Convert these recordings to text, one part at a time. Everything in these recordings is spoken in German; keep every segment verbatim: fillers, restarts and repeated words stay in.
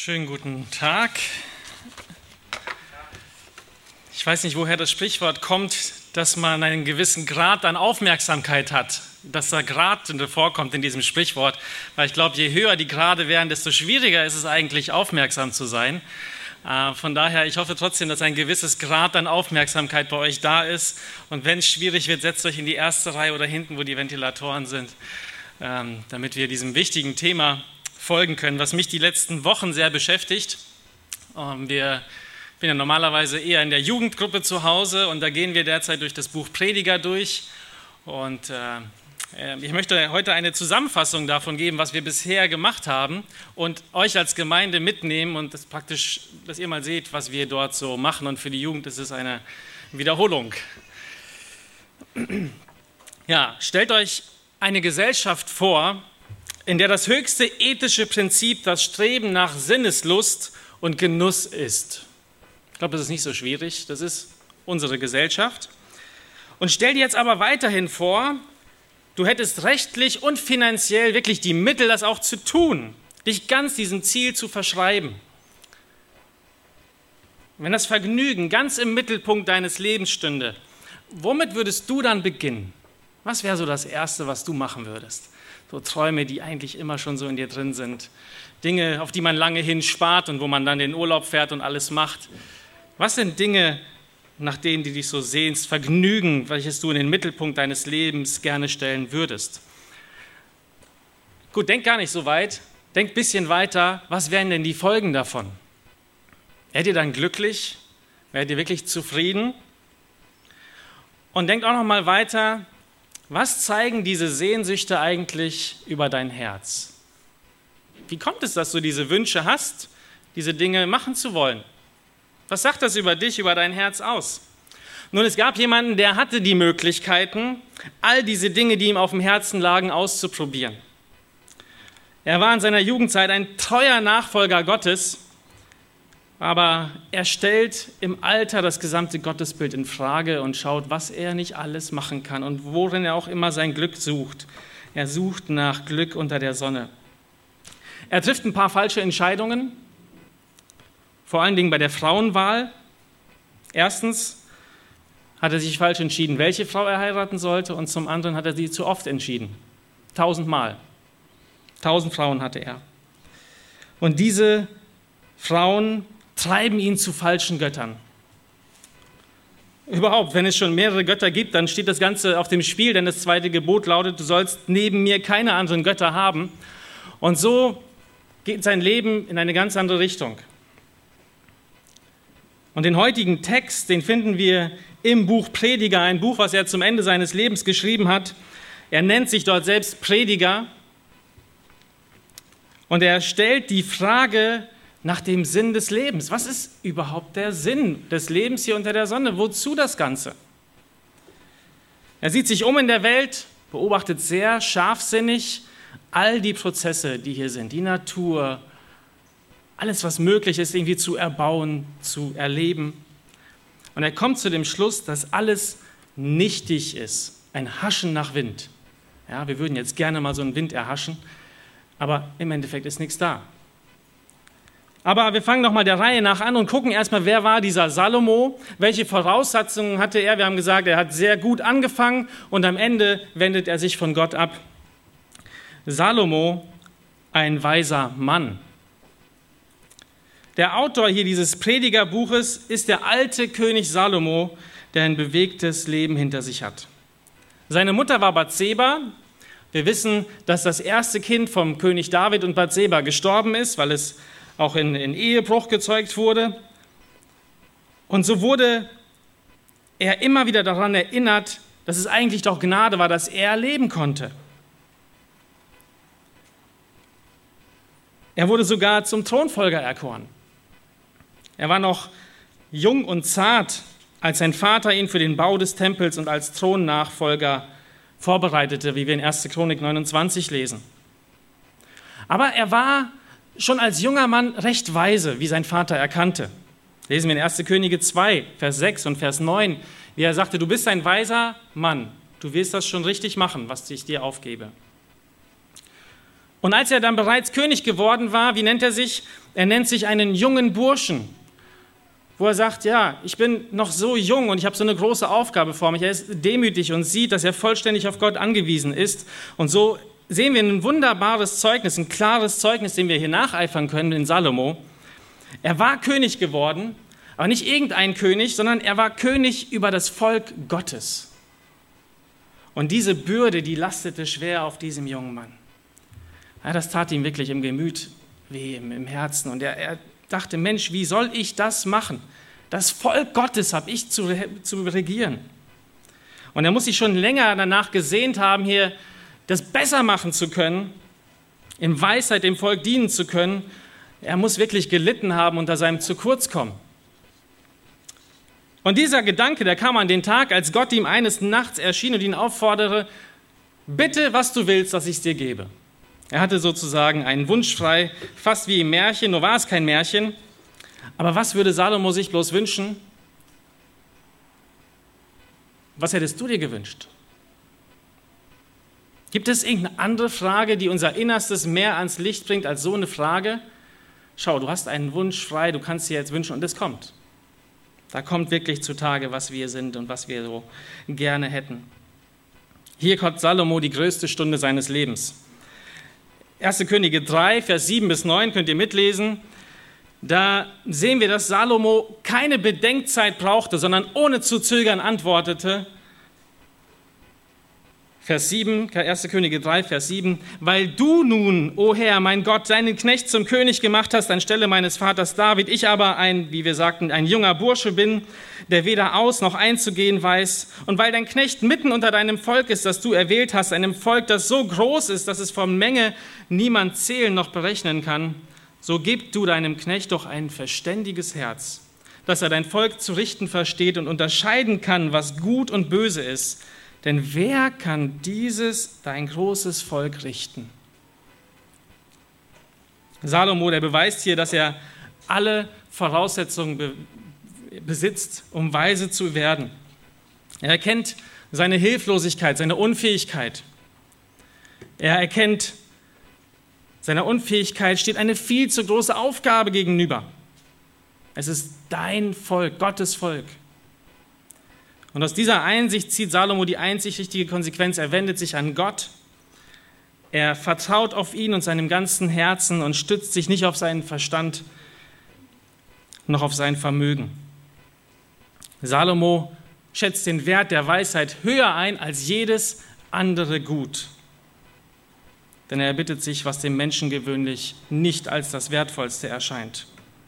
Schönen guten Tag. Ich weiß nicht, woher das Sprichwort kommt, dass man einen gewissen Grad an Aufmerksamkeit hat, dass da Grad vorkommt in diesem Sprichwort, weil ich glaube, je höher die Grade werden, desto schwieriger ist es eigentlich, aufmerksam zu sein. Von daher, ich hoffe trotzdem, dass ein gewisses Grad an Aufmerksamkeit bei euch da ist, und wenn es schwierig wird, setzt euch in die erste Reihe oder hinten, wo die Ventilatoren sind, damit wir diesem wichtigen Thema folgen können, was mich die letzten Wochen sehr beschäftigt. Wir Ich bin ja normalerweise eher in der Jugendgruppe zu Hause, und da gehen wir derzeit durch das Buch Prediger durch. Und äh, ich möchte heute eine Zusammenfassung davon geben, was wir bisher gemacht haben, und euch als Gemeinde mitnehmen und das praktisch, dass ihr mal seht, was wir dort so machen. Und für die Jugend ist es eine Wiederholung. Ja, stellt euch eine Gesellschaft vor, in der das höchste ethische Prinzip das Streben nach Sinneslust und Genuss ist. Ich glaube, das ist nicht so schwierig. Das ist unsere Gesellschaft. Und stell dir jetzt aber weiterhin vor, du hättest rechtlich und finanziell wirklich die Mittel, das auch zu tun, dich ganz diesem Ziel zu verschreiben. Wenn das Vergnügen ganz im Mittelpunkt deines Lebens stünde, womit würdest du dann beginnen? Was wäre so das Erste, was du machen würdest? So Träume, die eigentlich immer schon so in dir drin sind. Dinge, auf die man lange hin spart und wo man dann den Urlaub fährt und alles macht. Was sind Dinge, nach denen du dich so sehnst, Vergnügen, welches du in den Mittelpunkt deines Lebens gerne stellen würdest? Gut, denk gar nicht so weit, denk ein bisschen weiter. Was wären denn die Folgen davon? Wärt ihr dann glücklich? Wärt ihr wirklich zufrieden? Und denk auch noch mal weiter, was zeigen diese Sehnsüchte eigentlich über dein Herz? Wie kommt es, dass du diese Wünsche hast, diese Dinge machen zu wollen? Was sagt das über dich, über dein Herz aus? Nun, es gab jemanden, der hatte die Möglichkeiten, all diese Dinge, die ihm auf dem Herzen lagen, auszuprobieren. Er war in seiner Jugendzeit ein treuer Nachfolger Gottes, aber er stellt im Alter das gesamte Gottesbild in Frage und schaut, was er nicht alles machen kann und worin er auch immer sein Glück sucht. Er sucht nach Glück unter der Sonne. Er trifft ein paar falsche Entscheidungen, vor allen Dingen bei der Frauenwahl. Erstens hat er sich falsch entschieden, welche Frau er heiraten sollte, und zum anderen hat er sie zu oft entschieden. Tausendmal. Tausend Frauen hatte er. Und diese Frauen treiben ihn zu falschen Göttern. Überhaupt, wenn es schon mehrere Götter gibt, dann steht das Ganze auf dem Spiel, denn das zweite Gebot lautet, du sollst neben mir keine anderen Götter haben. Und so geht sein Leben in eine ganz andere Richtung. Und den heutigen Text, den finden wir im Buch Prediger, ein Buch, was er zum Ende seines Lebens geschrieben hat. Er nennt sich dort selbst Prediger. Und er stellt die Frage nach dem Sinn des Lebens. Was ist überhaupt der Sinn des Lebens hier unter der Sonne? Wozu das Ganze? Er sieht sich um in der Welt, beobachtet sehr scharfsinnig all die Prozesse, die hier sind, die Natur, alles, was möglich ist, irgendwie zu erbauen, zu erleben. Und er kommt zu dem Schluss, dass alles nichtig ist, ein Haschen nach Wind. Ja, wir würden jetzt gerne mal so einen Wind erhaschen, aber im Endeffekt ist nichts da. Aber wir fangen noch mal der Reihe nach an und gucken erstmal, wer war dieser Salomo, welche Voraussetzungen hatte er. Wir haben gesagt, er hat sehr gut angefangen und am Ende wendet er sich von Gott ab. Salomo, ein weiser Mann. Der Autor hier dieses Predigerbuches ist der alte König Salomo, der ein bewegtes Leben hinter sich hat. Seine Mutter war Bathseba. Wir wissen, dass das erste Kind vom König David und Bathseba gestorben ist, weil es auch in, in Ehebruch gezeugt wurde. Und so wurde er immer wieder daran erinnert, dass es eigentlich doch Gnade war, dass er leben konnte. Er wurde sogar zum Thronfolger erkoren. Er war noch jung und zart, als sein Vater ihn für den Bau des Tempels und als Thronnachfolger vorbereitete, wie wir in erster Chronik neunundzwanzig lesen. Aber er war schon als junger Mann recht weise, wie sein Vater erkannte. Lesen wir in erster Könige zwei, Vers sechs und Vers neun, wie er sagte, du bist ein weiser Mann, du wirst das schon richtig machen, was ich dir aufgebe. Und als er dann bereits König geworden war, wie nennt er sich? Er nennt sich einen jungen Burschen, wo er sagt, ja, ich bin noch so jung und ich habe so eine große Aufgabe vor mich. Er ist demütig und sieht, dass er vollständig auf Gott angewiesen ist. Und so sehen wir ein wunderbares Zeugnis, ein klares Zeugnis, dem wir hier nacheifern können in Salomo. Er war König geworden, aber nicht irgendein König, sondern er war König über das Volk Gottes. Und diese Bürde, die lastete schwer auf diesem jungen Mann. Ja, das tat ihm wirklich im Gemüt weh, im Herzen. Und er, er dachte, Mensch, wie soll ich das machen? Das Volk Gottes habe ich zu, zu regieren. Und er muss sich schon länger danach gesehnt haben, hier das besser machen zu können, in Weisheit dem Volk dienen zu können. Er muss wirklich gelitten haben unter seinem Zu-kurz-Kommen. Und dieser Gedanke, der kam an den Tag, als Gott ihm eines Nachts erschien und ihn aufforderte, bitte, was du willst, dass ich es dir gebe. Er hatte sozusagen einen Wunsch frei, fast wie im Märchen, nur war es kein Märchen. Aber was würde Salomo sich bloß wünschen? Was hättest du dir gewünscht? Gibt es irgendeine andere Frage, die unser Innerstes mehr ans Licht bringt als so eine Frage? Schau, du hast einen Wunsch frei, du kannst dir jetzt wünschen und es kommt. Da kommt wirklich zutage, was wir sind und was wir so gerne hätten. Hier kommt Salomo die größte Stunde seines Lebens. erste Könige drei, Vers sieben bis neun, könnt ihr mitlesen. Da sehen wir, dass Salomo keine Bedenkzeit brauchte, sondern ohne zu zögern antwortete. Vers sieben, erste Könige drei, Vers sieben. Weil du nun, o Herr, mein Gott, deinen Knecht zum König gemacht hast anstelle meines Vaters David, ich aber ein, wie wir sagten, ein junger Bursche bin, der weder aus noch einzugehen weiß, und weil dein Knecht mitten unter deinem Volk ist, das du erwählt hast, einem Volk, das so groß ist, dass es von Menge niemand zählen noch berechnen kann, so gib du deinem Knecht doch ein verständiges Herz, dass er dein Volk zu richten versteht und unterscheiden kann, was gut und böse ist. Denn wer kann dieses, dein großes Volk, richten? Salomo, der beweist hier, dass er alle Voraussetzungen be- besitzt, um weise zu werden. Er erkennt seine Hilflosigkeit, seine Unfähigkeit. Er erkennt, seiner Unfähigkeit steht eine viel zu große Aufgabe gegenüber. Es ist dein Volk, Gottes Volk. Und aus dieser Einsicht zieht Salomo die einzig richtige Konsequenz. Er wendet sich an Gott. Er vertraut auf ihn und seinem ganzen Herzen und stützt sich nicht auf seinen Verstand noch auf sein Vermögen. Salomo schätzt den Wert der Weisheit höher ein als jedes andere Gut. Denn er erbittet sich, was dem Menschen gewöhnlich nicht als das Wertvollste erscheint.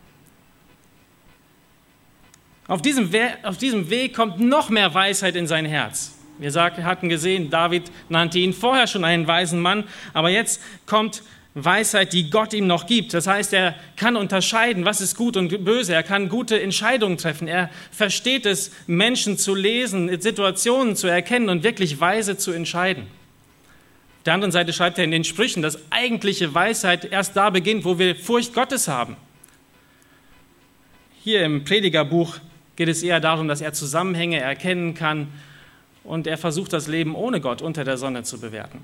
Auf diesem, We- auf diesem Weg kommt noch mehr Weisheit in sein Herz. Wir sagten, hatten gesehen, David nannte ihn vorher schon einen weisen Mann, aber jetzt kommt Weisheit, die Gott ihm noch gibt. Das heißt, er kann unterscheiden, was ist gut und böse. Er kann gute Entscheidungen treffen. Er versteht es, Menschen zu lesen, Situationen zu erkennen und wirklich weise zu entscheiden. Auf der anderen Seite schreibt er in den Sprüchen, dass eigentliche Weisheit erst da beginnt, wo wir Furcht Gottes haben. Hier im Predigerbuch geht es eher darum, dass er Zusammenhänge erkennen kann und er versucht, das Leben ohne Gott unter der Sonne zu bewerten.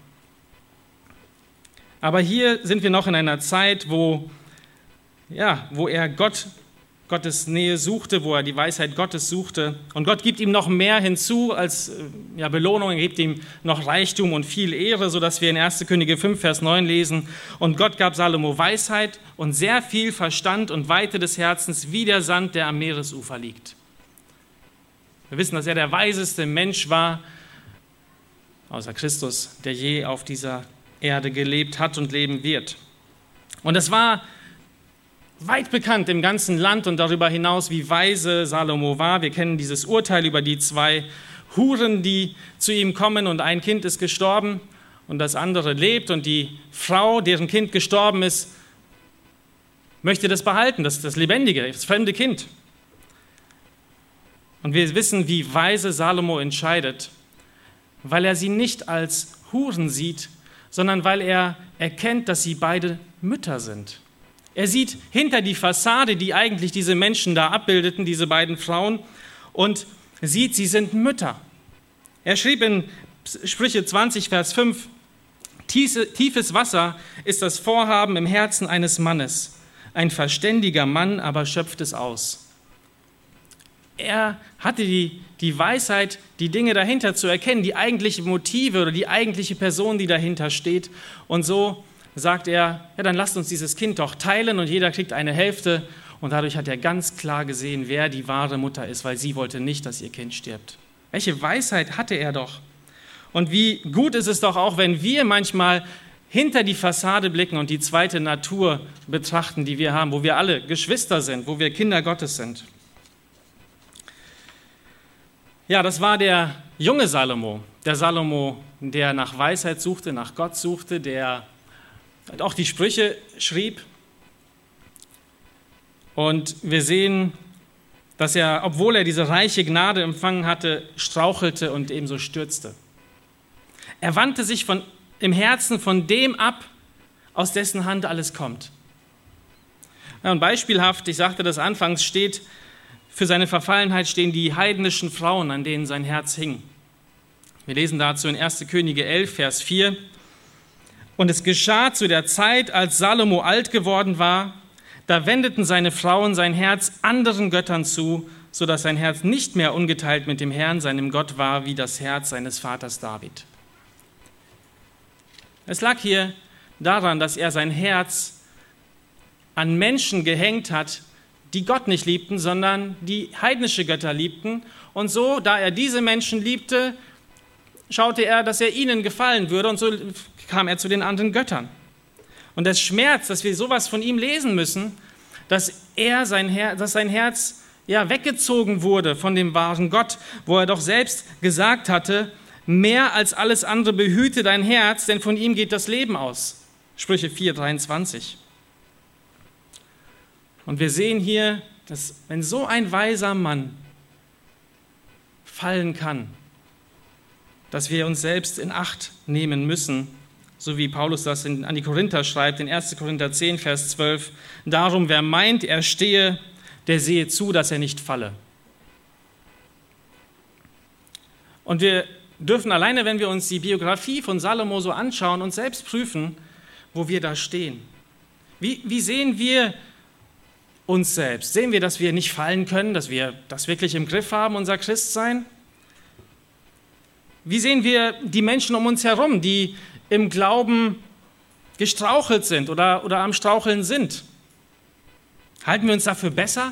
Aber hier sind wir noch in einer Zeit, wo, ja, wo er Gott, Gottes Nähe suchte, wo er die Weisheit Gottes suchte. Und Gott gibt ihm noch mehr hinzu als ja, Belohnung. Er gibt ihm noch Reichtum und viel Ehre, sodass wir in erste Könige fünf, Vers neun lesen. Und Gott gab Salomo Weisheit und sehr viel Verstand und Weite des Herzens, wie der Sand, der am Meeresufer liegt. Wir wissen, dass er der weiseste Mensch war, außer Christus, der je auf dieser Erde gelebt hat und leben wird. Und es war weit bekannt im ganzen Land und darüber hinaus, wie weise Salomo war. Wir kennen dieses Urteil über die zwei Huren, die zu ihm kommen und ein Kind ist gestorben und das andere lebt und die Frau, deren Kind gestorben ist, möchte das behalten, das, das lebendige, das fremde Kind. Und wir wissen, wie weise Salomo entscheidet, weil er sie nicht als Huren sieht, sondern weil er erkennt, dass sie beide Mütter sind. Er sieht hinter die Fassade, die eigentlich diese Menschen da abbildeten, diese beiden Frauen, und sieht, sie sind Mütter. Er schrieb in Sprüche zwanzig, Vers fünf, Tiefes Wasser ist das Vorhaben im Herzen eines Mannes. Ein verständiger Mann aber schöpft es aus. Er hatte die, die Weisheit, die Dinge dahinter zu erkennen, die eigentliche Motive oder die eigentliche Person, die dahinter steht. Und so sagt er, ja, dann lasst uns dieses Kind doch teilen und jeder kriegt eine Hälfte. Und dadurch hat er ganz klar gesehen, wer die wahre Mutter ist, weil sie wollte nicht, dass ihr Kind stirbt. Welche Weisheit hatte er doch? Und wie gut ist es doch auch, wenn wir manchmal hinter die Fassade blicken und die zweite Natur betrachten, die wir haben, wo wir alle Geschwister sind, wo wir Kinder Gottes sind. Ja, das war der junge Salomo, der Salomo, der nach Weisheit suchte, nach Gott suchte, der auch die Sprüche schrieb. Und wir sehen, dass er, obwohl er diese reiche Gnade empfangen hatte, strauchelte und ebenso stürzte. Er wandte sich von, im Herzen von dem ab, aus dessen Hand alles kommt. Ja, und beispielhaft, ich sagte das anfangs, steht, für seine Verfallenheit stehen die heidnischen Frauen, an denen sein Herz hing. Wir lesen dazu in erster Könige elf, Vers vier. Und es geschah zu der Zeit, als Salomo alt geworden war, da wendeten seine Frauen sein Herz anderen Göttern zu, sodass sein Herz nicht mehr ungeteilt mit dem Herrn, seinem Gott, war, wie das Herz seines Vaters David. Es lag hier daran, dass er sein Herz an Menschen gehängt hat, die Gott nicht liebten, sondern die heidnische Götter liebten. Und so, da er diese Menschen liebte, schaute er, dass er ihnen gefallen würde. Und so kam er zu den anderen Göttern. Und das schmerzt, dass wir sowas von ihm lesen müssen, dass, er sein, Her- dass sein Herz ja, weggezogen wurde von dem wahren Gott, wo er doch selbst gesagt hatte, mehr als alles andere behüte dein Herz, denn von ihm geht das Leben aus. Sprüche vier, dreiundzwanzig. Und wir sehen hier, dass wenn so ein weiser Mann fallen kann, dass wir uns selbst in Acht nehmen müssen, so wie Paulus das in, an die Korinther schreibt, in erster Korinther zehn, Vers zwölf. Darum, wer meint, er stehe, der sehe zu, dass er nicht falle. Und wir dürfen alleine, wenn wir uns die Biografie von Salomo so anschauen, uns selbst prüfen, wo wir da stehen. Wie, wie sehen wir uns selbst? Sehen wir, dass wir nicht fallen können, dass wir das wirklich im Griff haben, unser Christsein? Wie sehen wir die Menschen um uns herum, die im Glauben gestrauchelt sind oder, oder am Straucheln sind? Halten wir uns dafür besser?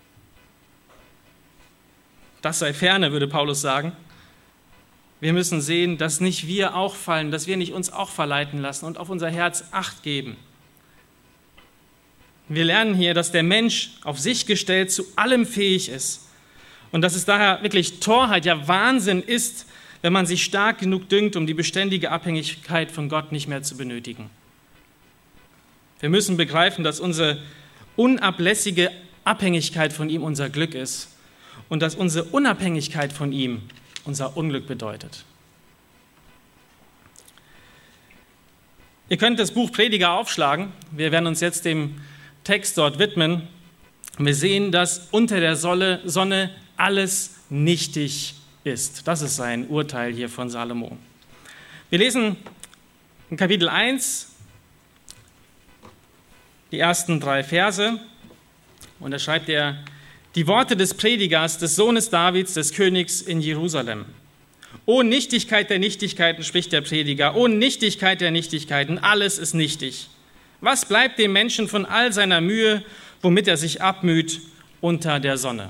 Das sei ferne, würde Paulus sagen. Wir müssen sehen, dass nicht wir auch fallen, dass wir nicht uns auch verleiten lassen und auf unser Herz Acht geben. Wir lernen hier, dass der Mensch auf sich gestellt zu allem fähig ist und dass es daher wirklich Torheit, ja Wahnsinn ist, wenn man sich stark genug dünkt, um die beständige Abhängigkeit von Gott nicht mehr zu benötigen. Wir müssen begreifen, dass unsere unablässige Abhängigkeit von ihm unser Glück ist und dass unsere Unabhängigkeit von ihm unser Unglück bedeutet. Ihr könnt das Buch Prediger aufschlagen. Wir werden uns jetzt dem Text dort widmen. Wir sehen, dass unter der Sonne alles nichtig ist. Das ist sein Urteil hier von Salomo. Wir lesen in Kapitel eins die ersten drei Verse und da schreibt er: Die Worte des Predigers, des Sohnes Davids, des Königs in Jerusalem. O Nichtigkeit der Nichtigkeiten, spricht der Prediger, o Nichtigkeit der Nichtigkeiten, alles ist nichtig. Was bleibt dem Menschen von all seiner Mühe, womit er sich abmüht unter der Sonne?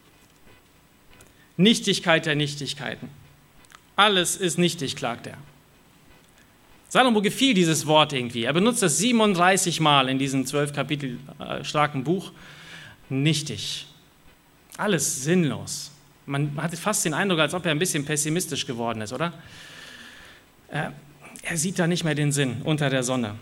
Nichtigkeit der Nichtigkeiten. Alles ist nichtig, klagt er. Salomo gefiel dieses Wort irgendwie. Er benutzt das siebenunddreißig Mal in diesem zwölf Kapitel äh, starken Buch. Nichtig. Alles sinnlos. Man hat fast den Eindruck, als ob er ein bisschen pessimistisch geworden ist, oder? Äh, er sieht da nicht mehr den Sinn unter der Sonne.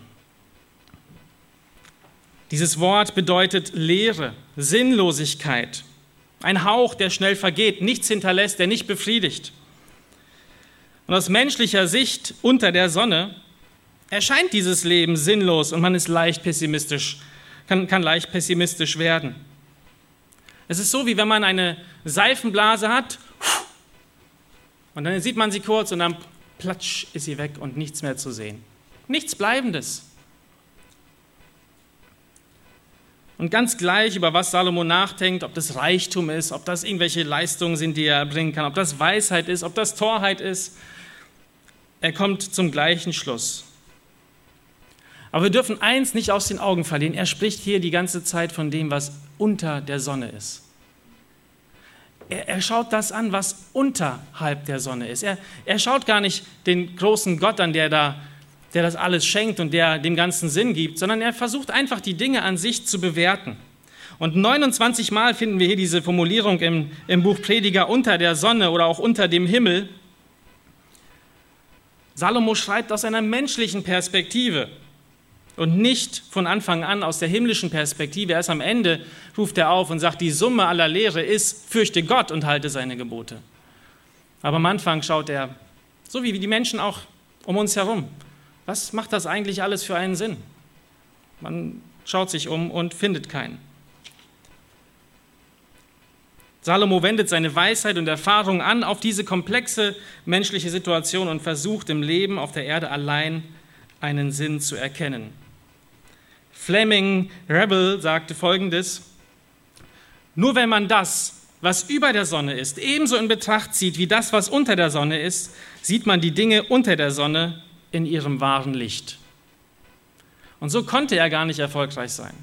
Dieses Wort bedeutet Leere, Sinnlosigkeit. Ein Hauch, der schnell vergeht, nichts hinterlässt, der nicht befriedigt. Und aus menschlicher Sicht unter der Sonne erscheint dieses Leben sinnlos und man ist leicht pessimistisch, kann, kann leicht pessimistisch werden. Es ist so, wie wenn man eine Seifenblase hat und dann sieht man sie kurz und dann platsch ist sie weg und nichts mehr zu sehen. Nichts Bleibendes. Und ganz gleich, über was Salomo nachdenkt, ob das Reichtum ist, ob das irgendwelche Leistungen sind, die er erbringen kann, ob das Weisheit ist, ob das Torheit ist, er kommt zum gleichen Schluss. Aber wir dürfen eins nicht aus den Augen verlieren. Er spricht hier die ganze Zeit von dem, was unter der Sonne ist. Er, er schaut das an, was unterhalb der Sonne ist. Er, er schaut gar nicht den großen Gott an, der da der das alles schenkt und der dem Ganzen Sinn gibt, sondern er versucht einfach, die Dinge an sich zu bewerten. Und neunundzwanzig Mal finden wir hier diese Formulierung im, im Buch Prediger, unter der Sonne oder auch unter dem Himmel. Salomo schreibt aus einer menschlichen Perspektive und nicht von Anfang an aus der himmlischen Perspektive. Erst am Ende ruft er auf und sagt, die Summe aller Lehre ist, fürchte Gott und halte seine Gebote. Aber am Anfang schaut er, so wie die Menschen auch um uns herum, was macht das eigentlich alles für einen Sinn? Man schaut sich um und findet keinen. Salomo wendet seine Weisheit und Erfahrung an auf diese komplexe menschliche Situation und versucht im Leben auf der Erde allein einen Sinn zu erkennen. Fleming Rebel sagte Folgendes: Nur wenn man das, was über der Sonne ist, ebenso in Betracht zieht wie das, was unter der Sonne ist, sieht man die Dinge unter der Sonne in ihrem wahren Licht. Und so konnte er gar nicht erfolgreich sein.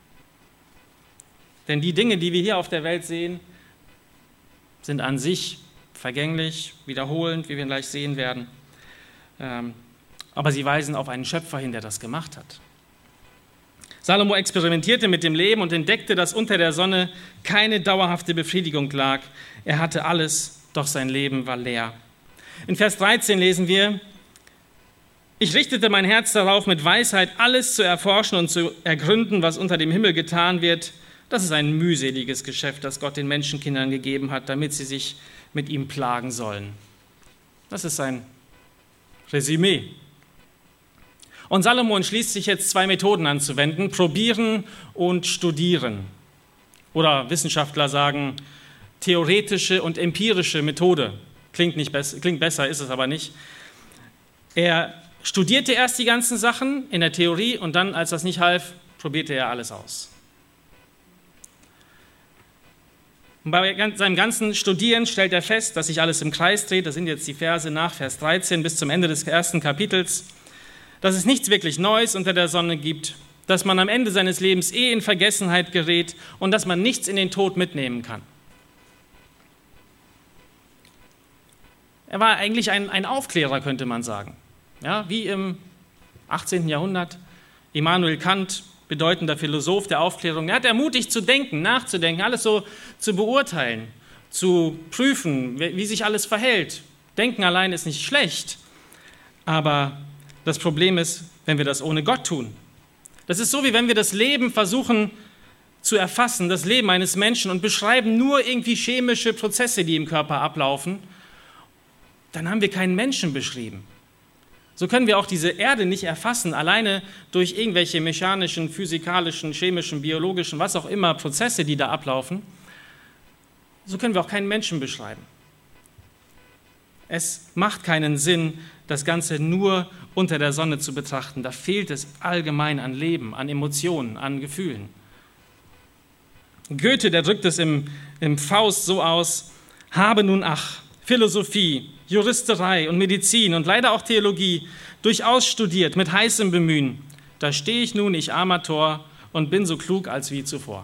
Denn die Dinge, die wir hier auf der Welt sehen, sind an sich vergänglich, wiederholend, wie wir gleich sehen werden. Aber sie weisen auf einen Schöpfer hin, der das gemacht hat. Salomo experimentierte mit dem Leben und entdeckte, dass unter der Sonne keine dauerhafte Befriedigung lag. Er hatte alles, doch sein Leben war leer. In Vers dreizehn lesen wir: Ich richtete mein Herz darauf, mit Weisheit alles zu erforschen und zu ergründen, was unter dem Himmel getan wird. Das ist ein mühseliges Geschäft, das Gott den Menschenkindern gegeben hat, damit sie sich mit ihm plagen sollen. Das ist sein Resümee. Und Salomo entschließt sich jetzt, zwei Methoden anzuwenden: probieren und studieren. Oder Wissenschaftler sagen, theoretische und empirische Methode. Klingt, nicht besser, klingt besser, ist es aber nicht. Er studierte erst die ganzen Sachen in der Theorie und dann, als das nicht half, probierte er alles aus. Und bei seinem ganzen Studieren stellt er fest, dass sich alles im Kreis dreht. Das sind jetzt die Verse nach Vers dreizehn bis zum Ende des ersten Kapitels. Dass es nichts wirklich Neues unter der Sonne gibt, dass man am Ende seines Lebens eh in Vergessenheit gerät und dass man nichts in den Tod mitnehmen kann. Er war eigentlich ein, ein Aufklärer, könnte man sagen. Ja, wie im achtzehnten Jahrhundert. Immanuel Kant, bedeutender Philosoph der Aufklärung, er hat ermutigt zu denken, nachzudenken, alles so zu beurteilen, zu prüfen, wie sich alles verhält. Denken allein ist nicht schlecht, aber das Problem ist, wenn wir das ohne Gott tun. Das ist so, wie wenn wir das Leben versuchen zu erfassen, das Leben eines Menschen, und beschreiben nur irgendwie chemische Prozesse, die im Körper ablaufen. Dann haben wir keinen Menschen beschrieben. So können wir auch diese Erde nicht erfassen, alleine durch irgendwelche mechanischen, physikalischen, chemischen, biologischen, was auch immer Prozesse, die da ablaufen. So können wir auch keinen Menschen beschreiben. Es macht keinen Sinn, das Ganze nur unter der Sonne zu betrachten. Da fehlt es allgemein an Leben, an Emotionen, an Gefühlen. Goethe, der drückt es im, im Faust so aus: Habe nun ach, Philosophie, Juristerei und Medizin und leider auch Theologie durchaus studiert, mit heißem Bemühen. Da stehe ich nun, ich armer Tor, und bin so klug als wie zuvor.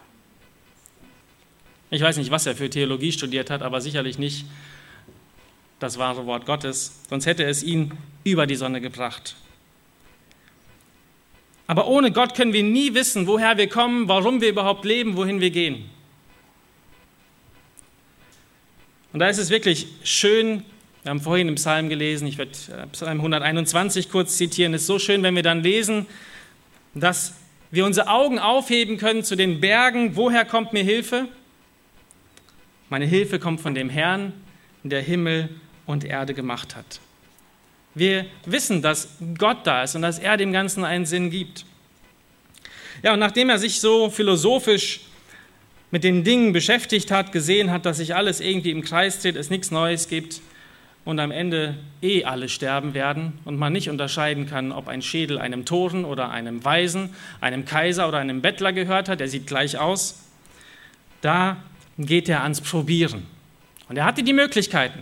Ich weiß nicht, was er für Theologie studiert hat, aber sicherlich nicht das wahre Wort Gottes, sonst hätte es ihn über die Sonne gebracht. Aber ohne Gott können wir nie wissen, woher wir kommen, warum wir überhaupt leben, wohin wir gehen. Und da ist es wirklich schön, wir haben vorhin im Psalm gelesen, ich werde Psalm hunderteinundzwanzig kurz zitieren, es ist so schön, wenn wir dann lesen, dass wir unsere Augen aufheben können zu den Bergen. Woher kommt mir Hilfe? Meine Hilfe kommt von dem Herrn, der Himmel und Erde gemacht hat. Wir wissen, dass Gott da ist und dass er dem Ganzen einen Sinn gibt. Ja, und nachdem er sich so philosophisch mit den Dingen beschäftigt hat, gesehen hat, dass sich alles irgendwie im Kreis dreht, es nichts Neues gibt, und am Ende eh alle sterben werden und man nicht unterscheiden kann, ob ein Schädel einem Toren oder einem Weisen, einem Kaiser oder einem Bettler gehört hat, der sieht gleich aus, da geht er ans Probieren. Und er hatte die Möglichkeiten.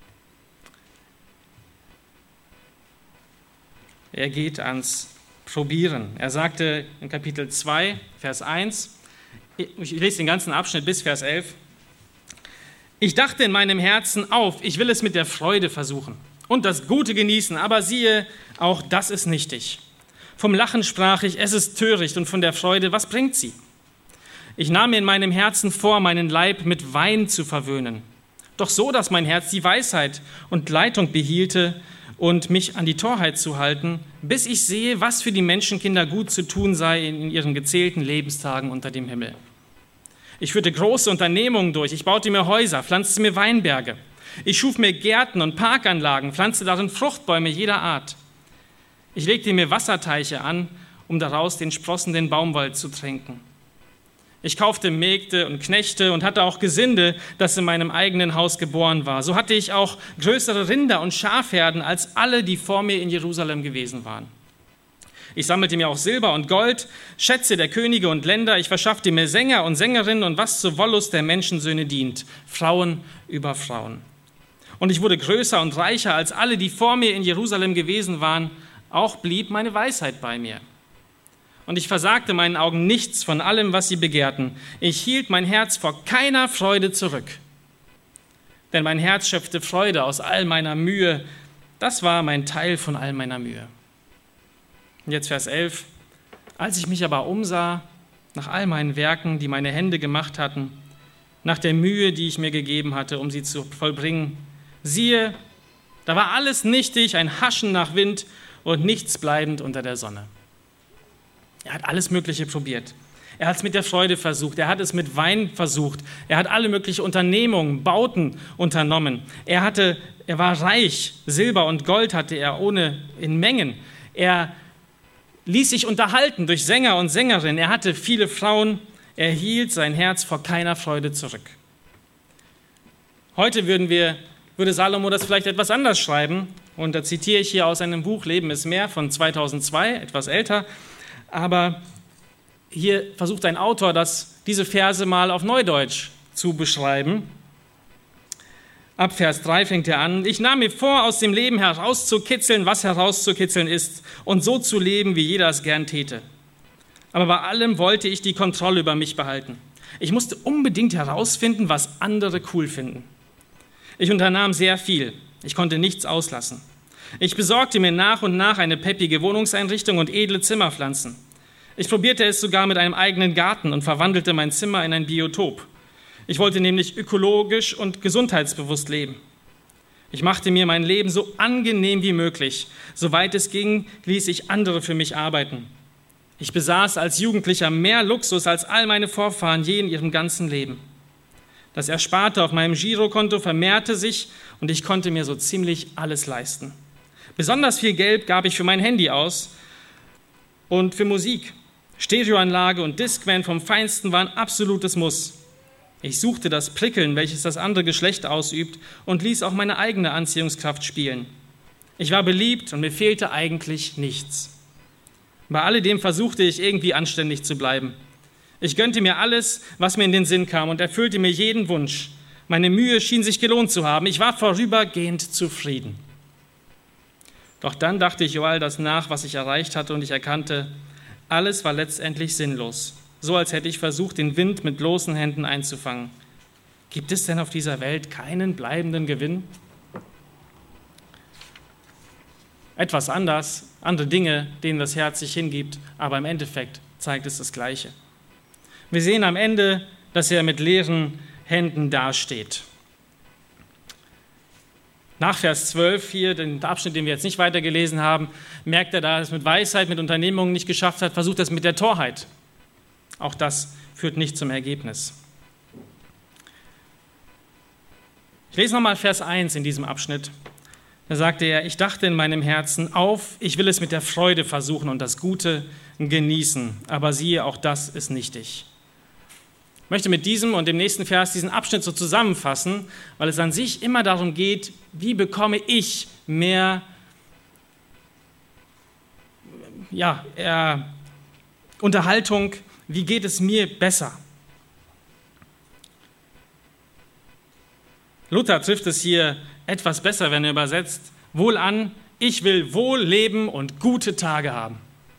Er geht ans Probieren. Er sagte in Kapitel zwei, Vers eins, ich lese den ganzen Abschnitt bis Vers elf, ich dachte in meinem Herzen auf, ich will es mit der Freude versuchen und das Gute genießen, aber siehe, auch das ist nichtig. Vom Lachen sprach ich, es ist töricht, und von der Freude, was bringt sie? Ich nahm mir in meinem Herzen vor, meinen Leib mit Wein zu verwöhnen. Doch so, dass mein Herz die Weisheit und Leitung behielte und mich an die Torheit zu halten, bis ich sehe, was für die Menschenkinder gut zu tun sei in ihren gezählten Lebenstagen unter dem Himmel. Ich führte große Unternehmungen durch, ich baute mir Häuser, pflanzte mir Weinberge. Ich schuf mir Gärten und Parkanlagen, pflanzte darin Fruchtbäume jeder Art. Ich legte mir Wasserteiche an, um daraus den sprossenden Baumwald zu tränken. Ich kaufte Mägde und Knechte und hatte auch Gesinde, das in meinem eigenen Haus geboren war. So hatte ich auch größere Rinder und Schafherden als alle, die vor mir in Jerusalem gewesen waren. Ich sammelte mir auch Silber und Gold, Schätze der Könige und Länder. Ich verschaffte mir Sänger und Sängerinnen und was zur Wollust der Menschensöhne dient, Frauen über Frauen. Und ich wurde größer und reicher als alle, die vor mir in Jerusalem gewesen waren. Auch blieb meine Weisheit bei mir. Und ich versagte meinen Augen nichts von allem, was sie begehrten. Ich hielt mein Herz vor keiner Freude zurück. Denn mein Herz schöpfte Freude aus all meiner Mühe. Das war mein Teil von all meiner Mühe. Und jetzt Vers elf. Als ich mich aber umsah, nach all meinen Werken, die meine Hände gemacht hatten, nach der Mühe, die ich mir gegeben hatte, um sie zu vollbringen, siehe, da war alles nichtig, ein Haschen nach Wind und nichts bleibend unter der Sonne. Er hat alles Mögliche probiert. Er hat es mit der Freude versucht. Er hat es mit Wein versucht. Er hat alle möglichen Unternehmungen, Bauten unternommen. Er hatte, er war reich. Silber und Gold hatte er ohne in Mengen. Er ließ sich unterhalten durch Sänger und Sängerinnen. Er hatte viele Frauen. Er hielt sein Herz vor keiner Freude zurück. Heute würden wir, würde Salomo das vielleicht etwas anders schreiben. Und da zitiere ich hier aus einem Buch Leben ist mehr von zweitausendzwei, etwas älter. Aber hier versucht ein Autor, das, diese Verse mal auf Neudeutsch zu beschreiben. Ab Vers drei fängt er an. Ich nahm mir vor, aus dem Leben herauszukitzeln, was herauszukitzeln ist, und so zu leben, wie jeder es gern täte. Aber bei allem wollte ich die Kontrolle über mich behalten. Ich musste unbedingt herausfinden, was andere cool finden. Ich unternahm sehr viel. Ich konnte nichts auslassen. Ich besorgte mir nach und nach eine peppige Wohnungseinrichtung und edle Zimmerpflanzen. Ich probierte es sogar mit einem eigenen Garten und verwandelte mein Zimmer in ein Biotop. Ich wollte nämlich ökologisch und gesundheitsbewusst leben. Ich machte mir mein Leben so angenehm wie möglich. Soweit es ging, ließ ich andere für mich arbeiten. Ich besaß als Jugendlicher mehr Luxus als all meine Vorfahren je in ihrem ganzen Leben. Das Ersparte auf meinem Girokonto vermehrte sich und ich konnte mir so ziemlich alles leisten. Besonders viel Geld gab ich für mein Handy aus und für Musik. Stereoanlage und Discman vom Feinsten waren absolutes Muss. Ich suchte das Prickeln, welches das andere Geschlecht ausübt, und ließ auch meine eigene Anziehungskraft spielen. Ich war beliebt und mir fehlte eigentlich nichts. Bei alledem versuchte ich irgendwie anständig zu bleiben. Ich gönnte mir alles, was mir in den Sinn kam, und erfüllte mir jeden Wunsch. Meine Mühe schien sich gelohnt zu haben. Ich war vorübergehend zufrieden. Doch dann dachte ich über all das nach, was ich erreicht hatte, und ich erkannte, alles war letztendlich sinnlos. So als hätte ich versucht, den Wind mit bloßen Händen einzufangen. Gibt es denn auf dieser Welt keinen bleibenden Gewinn? Etwas anders, andere Dinge, denen das Herz sich hingibt, aber im Endeffekt zeigt es das Gleiche. Wir sehen am Ende, dass er mit leeren Händen dasteht. Nach Vers zwölf, hier, den Abschnitt, den wir jetzt nicht weitergelesen haben, merkt er, da er es mit Weisheit, mit Unternehmungen nicht geschafft hat, versucht er es mit der Torheit. Auch das führt nicht zum Ergebnis. Ich lese nochmal Vers eins in diesem Abschnitt. Da sagte er, ich dachte in meinem Herzen, auf, ich will es mit der Freude versuchen und das Gute genießen. Aber siehe, auch das ist nichtig. Ich möchte mit diesem und dem nächsten Vers diesen Abschnitt so zusammenfassen, weil es an sich immer darum geht, wie bekomme ich mehr ja, äh, Unterhaltung, wie geht es mir besser? Luther trifft es hier etwas besser, wenn er übersetzt, wohlan, ich will wohl leben und gute Tage haben.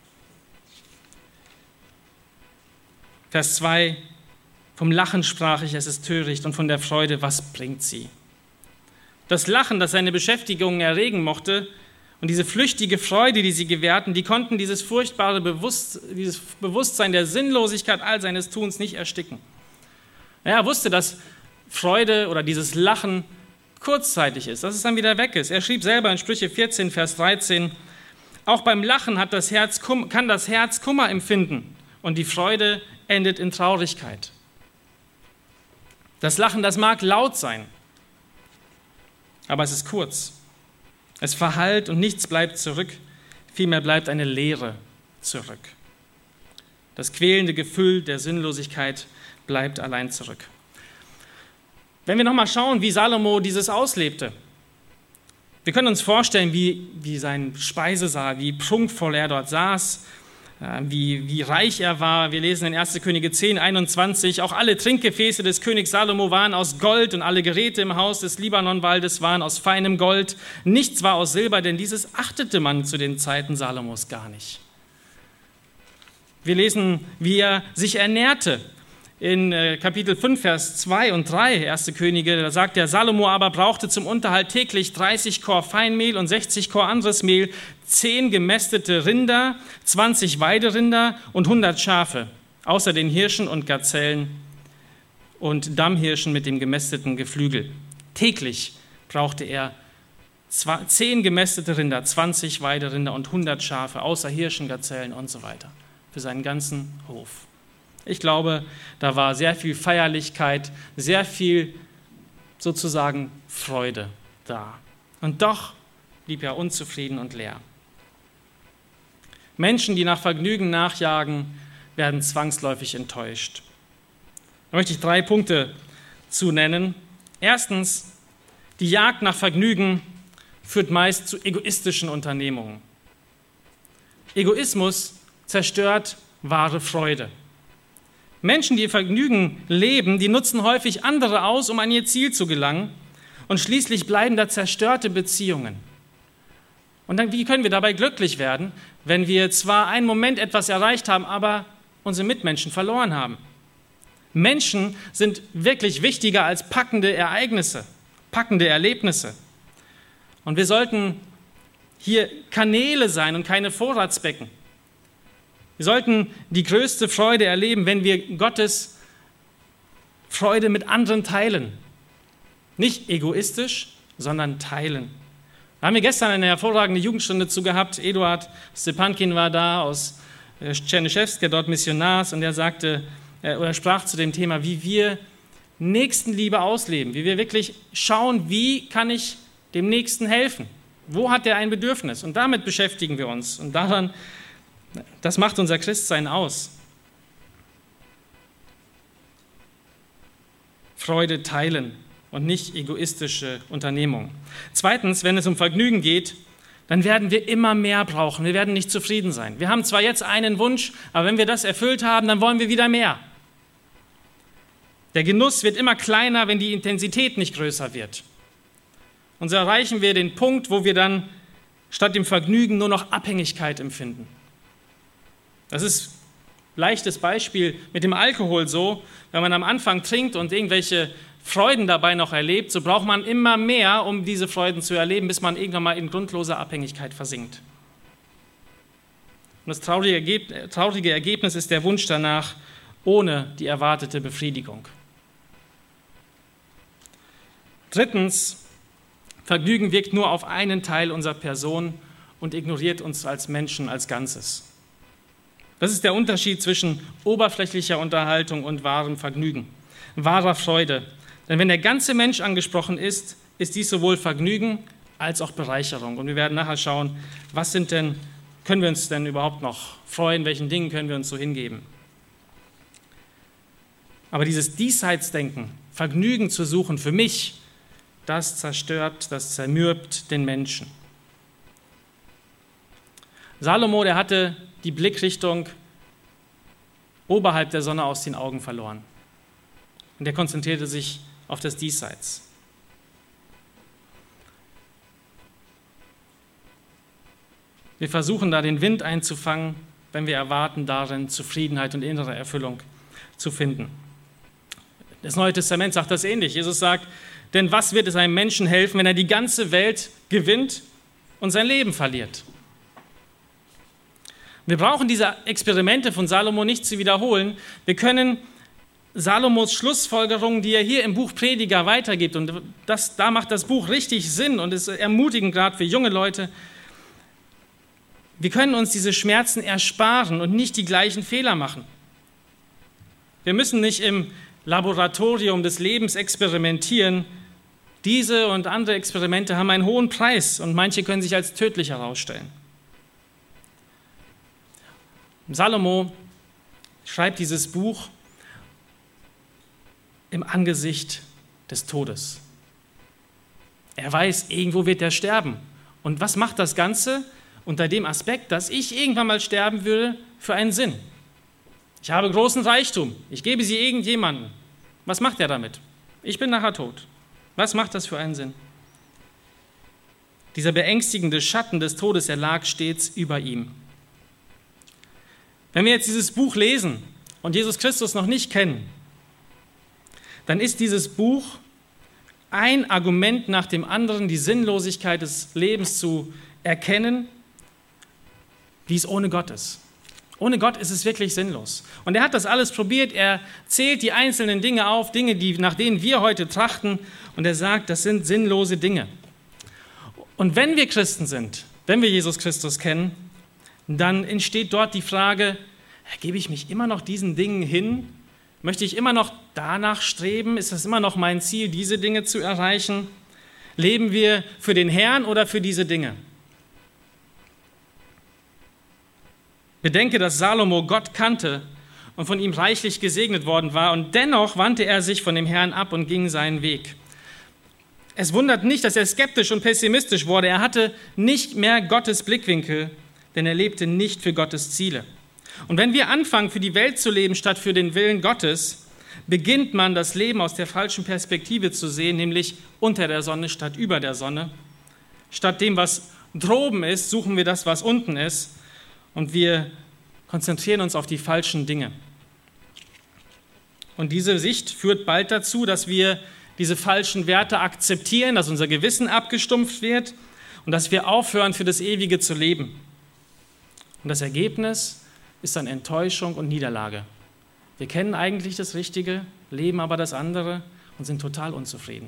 Vers zwei, vom Lachen sprach ich, es ist töricht, und von der Freude, was bringt sie? Das Lachen, das seine Beschäftigung erregen mochte, und diese flüchtige Freude, die sie gewährten, die konnten dieses furchtbare Bewusst, dieses Bewusstsein der Sinnlosigkeit all seines Tuns nicht ersticken. Er wusste, dass Freude oder dieses Lachen kurzzeitig ist, dass es dann wieder weg ist. Er schrieb selber in Sprüche vierzehn, Vers dreizehn, auch beim Lachen hat das Herz, kann das Herz Kummer empfinden und die Freude endet in Traurigkeit. Das Lachen, das mag laut sein, aber es ist kurz. Es verhallt und nichts bleibt zurück, vielmehr bleibt eine Leere zurück. Das quälende Gefühl der Sinnlosigkeit bleibt allein zurück. Wenn wir nochmal schauen, wie Salomo dieses auslebte, wir können uns vorstellen, wie, wie sein Speisesaal, wie prunkvoll er dort saß, wie, wie reich er war. Wir lesen in erster Könige zehn, einundzwanzig, auch alle Trinkgefäße des Königs Salomo waren aus Gold und alle Geräte im Haus des Libanonwaldes waren aus feinem Gold. Nichts war aus Silber, denn dieses achtete man zu den Zeiten Salomos gar nicht. Wir lesen, wie er sich ernährte. In Kapitel fünf, Vers zwei und drei, erster Könige, da sagt der Salomo aber brauchte zum Unterhalt täglich dreißig Kor Feinmehl und sechzig Kor anderes Mehl, zehn gemästete Rinder, zwanzig Weiderinder und hundert Schafe, außer den Hirschen und Gazellen und Dammhirschen mit dem gemästeten Geflügel. Täglich brauchte er zehn gemästete Rinder, zwanzig Weiderinder und hundert Schafe, außer Hirschen, Gazellen und so weiter, für seinen ganzen Hof. Ich glaube, da war sehr viel Feierlichkeit, sehr viel sozusagen Freude da. Und doch blieb er unzufrieden und leer. Menschen, die nach Vergnügen nachjagen, werden zwangsläufig enttäuscht. Da möchte ich drei Punkte zu nennen. Erstens, die Jagd nach Vergnügen führt meist zu egoistischen Unternehmungen. Egoismus zerstört wahre Freude. Menschen, die ihr Vergnügen leben, die nutzen häufig andere aus, um an ihr Ziel zu gelangen. Und schließlich bleiben da zerstörte Beziehungen. Und dann, wie können wir dabei glücklich werden, wenn wir zwar einen Moment etwas erreicht haben, aber unsere Mitmenschen verloren haben? Menschen sind wirklich wichtiger als packende Ereignisse, packende Erlebnisse. Und wir sollten hier Kanäle sein und keine Vorratsbecken. Wir sollten die größte Freude erleben, wenn wir Gottes Freude mit anderen teilen. Nicht egoistisch, sondern teilen. Da haben wir gestern eine hervorragende Jugendstunde zu gehabt. Eduard Stepankin war da aus Czernyszewska, dort Missionars, und er sagte oder sprach zu dem Thema, wie wir Nächstenliebe ausleben, wie wir wirklich schauen, wie kann ich dem Nächsten helfen? Wo hat er ein Bedürfnis? Und damit beschäftigen wir uns. Und daran Das macht unser Christsein aus. Freude teilen und nicht egoistische Unternehmung. Zweitens, wenn es um Vergnügen geht, dann werden wir immer mehr brauchen. Wir werden nicht zufrieden sein. Wir haben zwar jetzt einen Wunsch, aber wenn wir das erfüllt haben, dann wollen wir wieder mehr. Der Genuss wird immer kleiner, wenn die Intensität nicht größer wird. Und so erreichen wir den Punkt, wo wir dann statt dem Vergnügen nur noch Abhängigkeit empfinden. Das ist ein leichtes Beispiel mit dem Alkohol so. Wenn man am Anfang trinkt und irgendwelche Freuden dabei noch erlebt, so braucht man immer mehr, um diese Freuden zu erleben, bis man irgendwann mal in grundloser Abhängigkeit versinkt. Und das traurige Ergebnis ist der Wunsch danach, ohne die erwartete Befriedigung. Drittens, Vergnügen wirkt nur auf einen Teil unserer Person und ignoriert uns als Menschen als Ganzes. Das ist der Unterschied zwischen oberflächlicher Unterhaltung und wahrem Vergnügen, wahrer Freude. Denn wenn der ganze Mensch angesprochen ist, ist dies sowohl Vergnügen als auch Bereicherung. Und wir werden nachher schauen, was sind denn, können wir uns denn überhaupt noch freuen, welchen Dingen können wir uns so hingeben. Aber dieses Diesseitsdenken, Vergnügen zu suchen für mich, das zerstört, das zermürbt den Menschen. Salomo, der hatte die Blickrichtung oberhalb der Sonne aus den Augen verloren. Und er konzentrierte sich auf das Diesseits. Wir versuchen da den Wind einzufangen, wenn wir erwarten, darin Zufriedenheit und innere Erfüllung zu finden. Das Neue Testament sagt das ähnlich. Jesus sagt, denn was wird es einem Menschen helfen, wenn er die ganze Welt gewinnt und sein Leben verliert? Wir brauchen diese Experimente von Salomo nicht zu wiederholen. Wir können Salomos Schlussfolgerungen, die er hier im Buch Prediger weitergibt, und das, da macht das Buch richtig Sinn und ist ermutigend gerade für junge Leute. Wir können uns diese Schmerzen ersparen und nicht die gleichen Fehler machen. Wir müssen nicht im Laboratorium des Lebens experimentieren. Diese und andere Experimente haben einen hohen Preis und manche können sich als tödlich herausstellen. Salomo schreibt dieses Buch im Angesicht des Todes. Er weiß, irgendwo wird er sterben. Und was macht das Ganze unter dem Aspekt, dass ich irgendwann mal sterben würde, für einen Sinn? Ich habe großen Reichtum, ich gebe sie irgendjemandem. Was macht er damit? Ich bin nachher tot. Was macht das für einen Sinn? Dieser beängstigende Schatten des Todes, er lag stets über ihm. Wenn wir jetzt dieses Buch lesen und Jesus Christus noch nicht kennen, dann ist dieses Buch ein Argument nach dem anderen, die Sinnlosigkeit des Lebens zu erkennen, wie es ohne Gott ist. Ohne Gott ist es wirklich sinnlos. Und er hat das alles probiert, er zählt die einzelnen Dinge auf, Dinge, die, nach denen wir heute trachten, und er sagt, das sind sinnlose Dinge. Und wenn wir Christen sind, wenn wir Jesus Christus kennen, dann entsteht dort die Frage, gebe ich mich immer noch diesen Dingen hin? Möchte ich immer noch danach streben? Ist das immer noch mein Ziel, diese Dinge zu erreichen? Leben wir für den Herrn oder für diese Dinge? Bedenke, dass Salomo Gott kannte und von ihm reichlich gesegnet worden war, und dennoch wandte er sich von dem Herrn ab und ging seinen Weg. Es wundert nicht, dass er skeptisch und pessimistisch wurde. Er hatte nicht mehr Gottes Blickwinkel, denn er lebte nicht für Gottes Ziele. Und wenn wir anfangen, für die Welt zu leben, statt für den Willen Gottes, beginnt man, das Leben aus der falschen Perspektive zu sehen, nämlich unter der Sonne statt über der Sonne. Statt dem, was droben ist, suchen wir das, was unten ist, und wir konzentrieren uns auf die falschen Dinge. Und diese Sicht führt bald dazu, dass wir diese falschen Werte akzeptieren, dass unser Gewissen abgestumpft wird und dass wir aufhören, für das Ewige zu leben. Und das Ergebnis ist dann Enttäuschung und Niederlage. Wir kennen eigentlich das Richtige, leben aber das andere und sind total unzufrieden.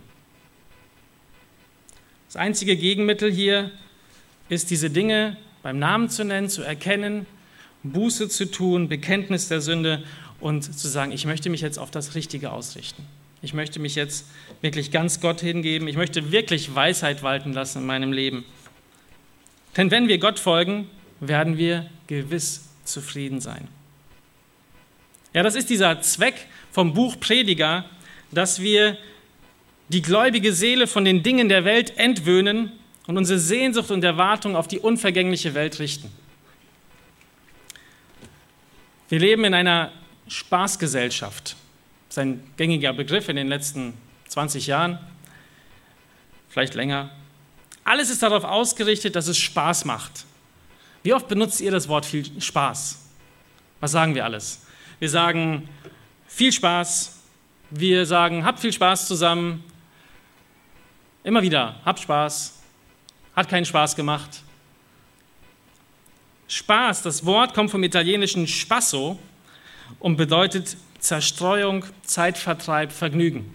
Das einzige Gegenmittel hier ist, diese Dinge beim Namen zu nennen, zu erkennen, Buße zu tun, Bekenntnis der Sünde und zu sagen, ich möchte mich jetzt auf das Richtige ausrichten. Ich möchte mich jetzt wirklich ganz Gott hingeben. Ich möchte wirklich Weisheit walten lassen in meinem Leben. Denn wenn wir Gott folgen, werden wir gewiss zufrieden sein. Ja, das ist dieser Zweck vom Buch Prediger, dass wir die gläubige Seele von den Dingen der Welt entwöhnen und unsere Sehnsucht und Erwartung auf die unvergängliche Welt richten. Wir leben in einer Spaßgesellschaft. Das ist ein gängiger Begriff in den letzten zwanzig Jahren, vielleicht länger. Alles ist darauf ausgerichtet, dass es Spaß macht. Wie oft benutzt ihr das Wort viel Spaß? Was sagen wir alles? Wir sagen viel Spaß, wir sagen habt viel Spaß zusammen, immer wieder habt Spaß, hat keinen Spaß gemacht. Spaß, das Wort kommt vom italienischen spasso und bedeutet Zerstreuung, Zeitvertreib, Vergnügen.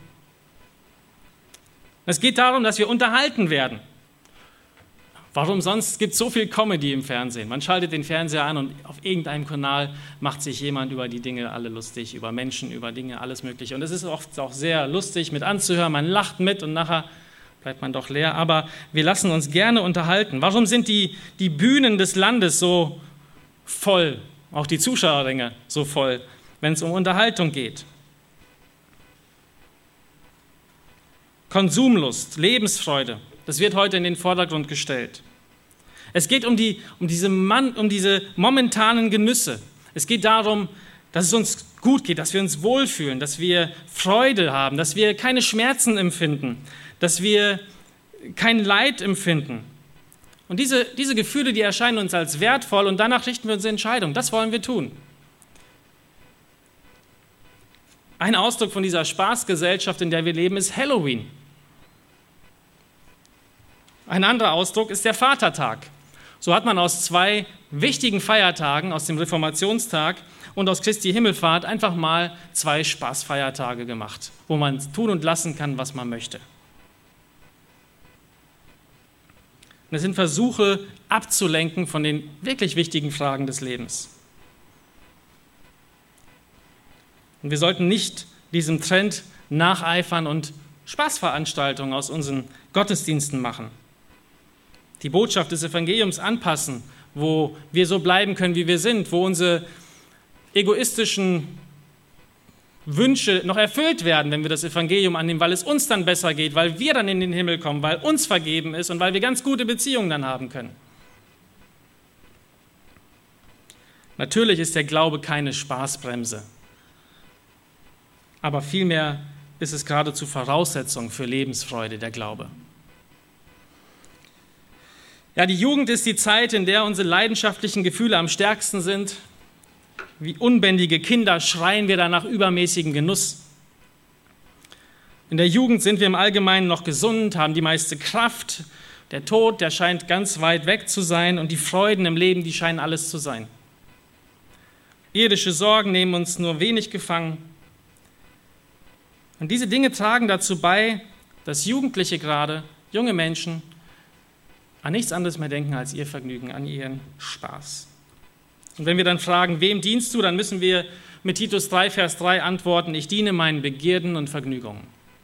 Es geht darum, dass wir unterhalten werden. Warum sonst gibt es so viel Comedy im Fernsehen? Man schaltet den Fernseher an und auf irgendeinem Kanal macht sich jemand über die Dinge alle lustig, über Menschen, über Dinge, alles Mögliche. Und es ist oft auch sehr lustig mit anzuhören, man lacht mit und nachher bleibt man doch leer. Aber wir lassen uns gerne unterhalten. Warum sind die, die Bühnen des Landes so voll, auch die Zuschauerränge so voll, wenn es um Unterhaltung geht? Konsumlust, Lebensfreude, das wird heute in den Vordergrund gestellt. Es geht um, die, um, diese Man, um diese momentanen Genüsse. Es geht darum, dass es uns gut geht, dass wir uns wohlfühlen, dass wir Freude haben, dass wir keine Schmerzen empfinden, dass wir kein Leid empfinden. Und diese, diese Gefühle, die erscheinen uns als wertvoll und danach richten wir unsere Entscheidung. Das wollen wir tun. Ein Ausdruck von dieser Spaßgesellschaft, in der wir leben, ist Halloween. Ein anderer Ausdruck ist der Vatertag. So hat man aus zwei wichtigen Feiertagen, aus dem Reformationstag und aus Christi Himmelfahrt, einfach mal zwei Spaßfeiertage gemacht, wo man tun und lassen kann, was man möchte. Und es sind Versuche, abzulenken von den wirklich wichtigen Fragen des Lebens. Und wir sollten nicht diesem Trend nacheifern und Spaßveranstaltungen aus unseren Gottesdiensten machen. Die Botschaft des Evangeliums anpassen, wo wir so bleiben können, wie wir sind, wo unsere egoistischen Wünsche noch erfüllt werden, wenn wir das Evangelium annehmen, weil es uns dann besser geht, weil wir dann in den Himmel kommen, weil uns vergeben ist und weil wir ganz gute Beziehungen dann haben können. Natürlich ist der Glaube keine Spaßbremse, aber vielmehr ist es geradezu Voraussetzung für Lebensfreude, der Glaube. Ja, die Jugend ist die Zeit, in der unsere leidenschaftlichen Gefühle am stärksten sind. Wie unbändige Kinder schreien wir danach übermäßigem Genuss. In der Jugend sind wir im Allgemeinen noch gesund, haben die meiste Kraft. Der Tod, der scheint ganz weit weg zu sein und die Freuden im Leben, die scheinen alles zu sein. Irdische Sorgen nehmen uns nur wenig gefangen. Und diese Dinge tragen dazu bei, dass Jugendliche gerade, junge Menschen, an nichts anderes mehr denken als ihr Vergnügen, an ihren Spaß. Und wenn wir dann fragen, wem dienst du, dann müssen wir mit Titus drei, Vers drei antworten, ich diene meinen Begierden und Vergnügungen.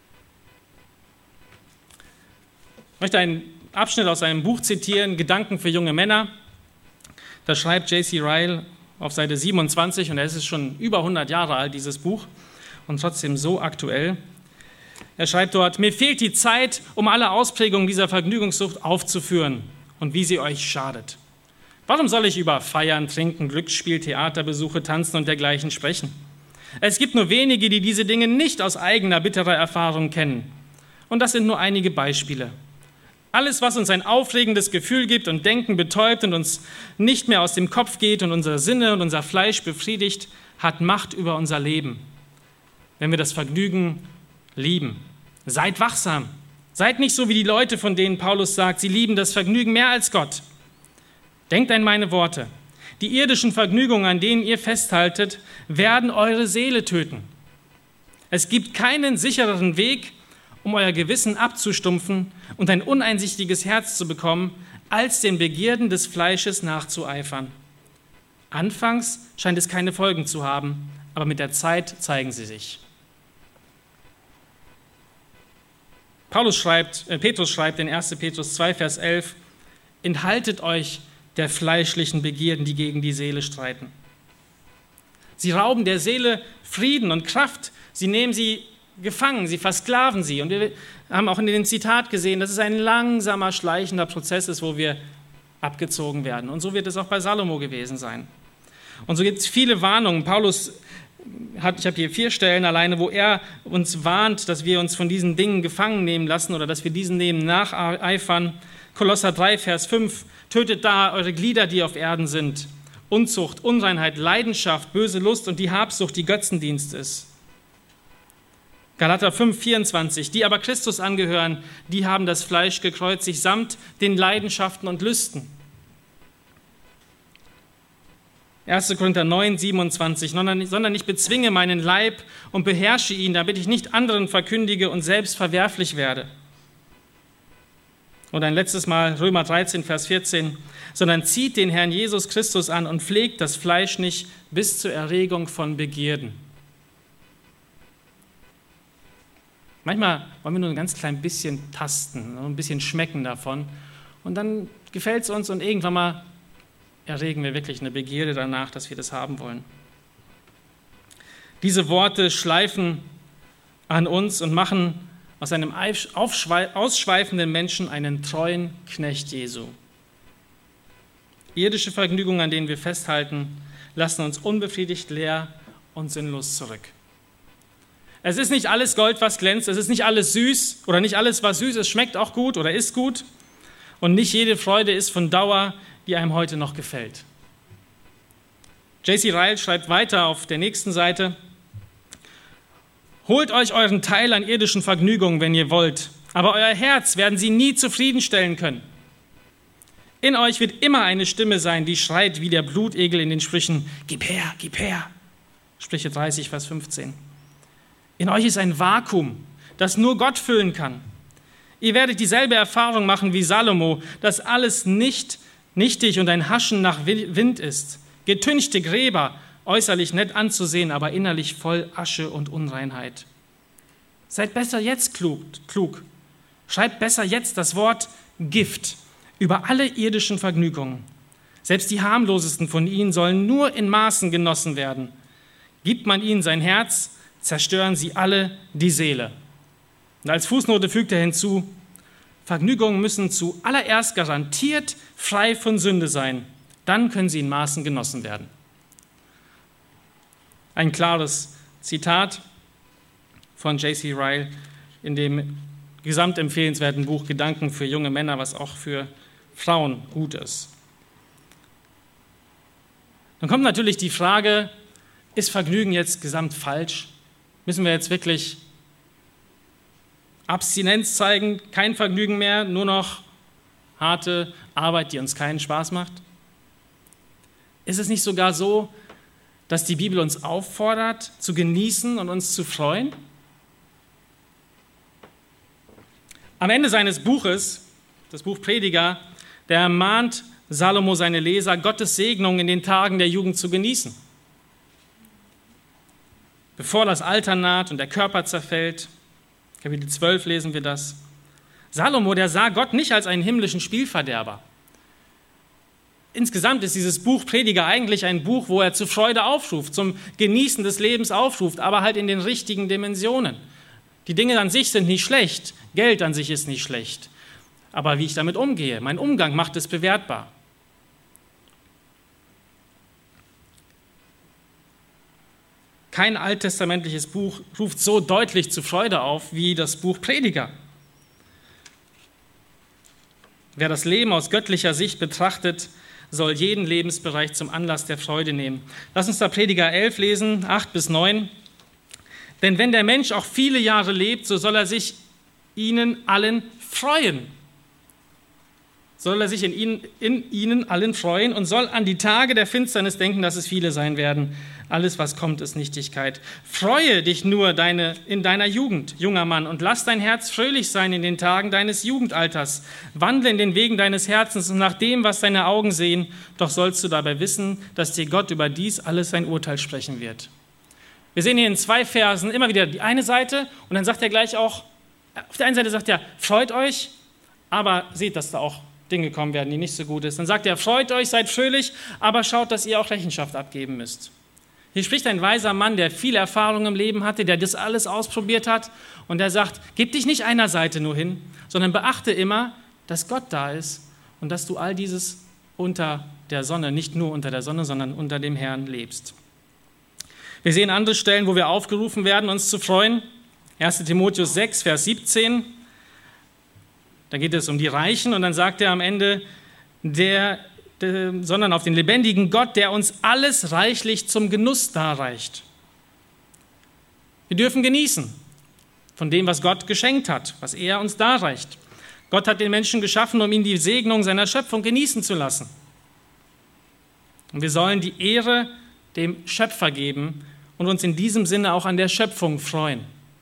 Ich möchte einen Abschnitt aus einem Buch zitieren, Gedanken für junge Männer. Da schreibt J C Ryle auf Seite siebenundzwanzig, und es ist schon über hundert Jahre alt, dieses Buch, und trotzdem so aktuell. Er schreibt dort, mir fehlt die Zeit, um alle Ausprägungen dieser Vergnügungssucht aufzuführen und wie sie euch schadet. Warum soll ich über Feiern, Trinken, Glücksspiel, Theaterbesuche, Tanzen und dergleichen sprechen? Es gibt nur wenige, die diese Dinge nicht aus eigener bitterer Erfahrung kennen. Und das sind nur einige Beispiele. Alles, was uns ein aufregendes Gefühl gibt und Denken betäubt und uns nicht mehr aus dem Kopf geht und unsere Sinne und unser Fleisch befriedigt, hat Macht über unser Leben. Wenn wir das Vergnügen lieben. Seid wachsam. Seid nicht so wie die Leute, von denen Paulus sagt, sie lieben das Vergnügen mehr als Gott. Denkt an meine Worte. Die irdischen Vergnügungen, an denen ihr festhaltet, werden eure Seele töten. Es gibt keinen sichereren Weg, um euer Gewissen abzustumpfen und ein uneinsichtiges Herz zu bekommen, als den Begierden des Fleisches nachzueifern. Anfangs scheint es keine Folgen zu haben, aber mit der Zeit zeigen sie sich. Paulus schreibt, äh, Petrus schreibt in erster Petrus zwei, Vers elf, enthaltet euch der fleischlichen Begierden, die gegen die Seele streiten. Sie rauben der Seele Frieden und Kraft, sie nehmen sie gefangen, sie versklaven sie. Und wir haben auch in dem Zitat gesehen, dass es ein langsamer, schleichender Prozess ist, wo wir abgezogen werden. Und so wird es auch bei Salomo gewesen sein. Und so gibt es viele Warnungen. Paulus hat, ich habe hier vier Stellen alleine, wo er uns warnt, dass wir uns von diesen Dingen gefangen nehmen lassen oder dass wir diesen Dingen nacheifern. Kolosser drei, Vers fünf, tötet da eure Glieder, die auf Erden sind. Unzucht, Unreinheit, Leidenschaft, böse Lust und die Habsucht, die Götzendienst ist. Galater fünf, vierundzwanzig, die aber Christus angehören, die haben das Fleisch gekreuzigt samt den Leidenschaften und Lüsten. erster Korinther neun, siebenundzwanzig, sondern ich bezwinge meinen Leib und beherrsche ihn, damit ich nicht anderen verkündige und selbst verwerflich werde. Und ein letztes Mal Römer dreizehn, Vers vierzehn, sondern zieht den Herrn Jesus Christus an und pflegt das Fleisch nicht bis zur Erregung von Begierden. Manchmal wollen wir nur ein ganz klein bisschen tasten, ein bisschen schmecken davon und dann gefällt es uns und irgendwann mal erregen wir wirklich eine Begierde danach, dass wir das haben wollen. Diese Worte schleifen an uns und machen aus einem ausschweifenden Menschen einen treuen Knecht Jesu. Irdische Vergnügungen, an denen wir festhalten, lassen uns unbefriedigt, leer und sinnlos zurück. Es ist nicht alles Gold, was glänzt, es ist nicht alles süß oder nicht alles, was süß ist, schmeckt auch gut oder ist gut. Und nicht jede Freude ist von Dauer, die einem heute noch gefällt. J C Ryle schreibt weiter auf der nächsten Seite: Holt euch euren Teil an irdischen Vergnügungen, wenn ihr wollt, aber euer Herz werden sie nie zufriedenstellen können. In euch wird immer eine Stimme sein, die schreit wie der Blutegel in den Sprüchen: Gib her, gib her. Sprüche dreißig, Vers fünfzehn. In euch ist ein Vakuum, das nur Gott füllen kann. Ihr werdet dieselbe Erfahrung machen wie Salomo, dass alles nicht nichtig und ein Haschen nach Wind ist. Getünchte Gräber, äußerlich nett anzusehen, aber innerlich voll Asche und Unreinheit. Seid besser jetzt klug, klug. Schreibt besser jetzt das Wort Gift über alle irdischen Vergnügungen. Selbst die harmlosesten von ihnen sollen nur in Maßen genossen werden. Gibt man ihnen sein Herz, zerstören sie alle die Seele. Und als Fußnote fügt er hinzu: Vergnügungen müssen zuallererst garantiert frei von Sünde sein. Dann können sie in Maßen genossen werden. Ein klares Zitat von J C Ryle in dem gesamtempfehlenswerten Buch Gedanken für junge Männer, was auch für Frauen gut ist. Dann kommt natürlich die Frage: Ist Vergnügen jetzt gesamt falsch? Müssen wir jetzt wirklich Abstinenz zeigen, kein Vergnügen mehr, nur noch harte Arbeit, die uns keinen Spaß macht? Ist es nicht sogar so, dass die Bibel uns auffordert, zu genießen und uns zu freuen? Am Ende seines Buches, das Buch Prediger, der ermahnt Salomo seine Leser, Gottes Segnung in den Tagen der Jugend zu genießen. Bevor das Alter naht und der Körper zerfällt, Kapitel zwölf lesen wir das. Salomo, der sah Gott nicht als einen himmlischen Spielverderber. Insgesamt ist dieses Buch Prediger eigentlich ein Buch, wo er zur Freude aufruft, zum Genießen des Lebens aufruft, aber halt in den richtigen Dimensionen. Die Dinge an sich sind nicht schlecht, Geld an sich ist nicht schlecht, aber wie ich damit umgehe, mein Umgang macht es bewertbar. Kein alttestamentliches Buch ruft so deutlich zur Freude auf wie das Buch Prediger. Wer das Leben aus göttlicher Sicht betrachtet, soll jeden Lebensbereich zum Anlass der Freude nehmen. Lass uns da Prediger elf lesen, acht bis neun. Denn wenn der Mensch auch viele Jahre lebt, so soll er sich ihnen allen freuen. Soll er sich in ihnen, in ihnen allen freuen und soll an die Tage der Finsternis denken, dass es viele sein werden. Alles, was kommt, ist Nichtigkeit. Freue dich nur deine, in deiner Jugend, junger Mann, und lass dein Herz fröhlich sein in den Tagen deines Jugendalters. Wandle in den Wegen deines Herzens und nach dem, was deine Augen sehen, doch sollst du dabei wissen, dass dir Gott über dies alles sein Urteil sprechen wird. Wir sehen hier in zwei Versen immer wieder die eine Seite und dann sagt er gleich auch, auf der einen Seite sagt er, freut euch, aber seht, dass da auch Dinge kommen werden, die nicht so gut ist. Dann sagt er, freut euch, seid fröhlich, aber schaut, dass ihr auch Rechenschaft abgeben müsst. Hier spricht ein weiser Mann, der viel Erfahrung im Leben hatte, der das alles ausprobiert hat und der sagt, gib dich nicht einer Seite nur hin, sondern beachte immer, dass Gott da ist und dass du all dieses unter der Sonne, nicht nur unter der Sonne, sondern unter dem Herrn lebst. Wir sehen andere Stellen, wo wir aufgerufen werden, uns zu freuen. erster Timotheus sechs, Vers siebzehn. Da geht es um die Reichen und dann sagt er am Ende, der, der, sondern auf den lebendigen Gott, der uns alles reichlich zum Genuss darreicht. Wir dürfen genießen von dem, was Gott geschenkt hat, was er uns darreicht. Gott hat den Menschen geschaffen, um ihn die Segnung seiner Schöpfung genießen zu lassen. Und wir sollen die Ehre dem Schöpfer geben und uns in diesem Sinne auch an der Schöpfung freuen.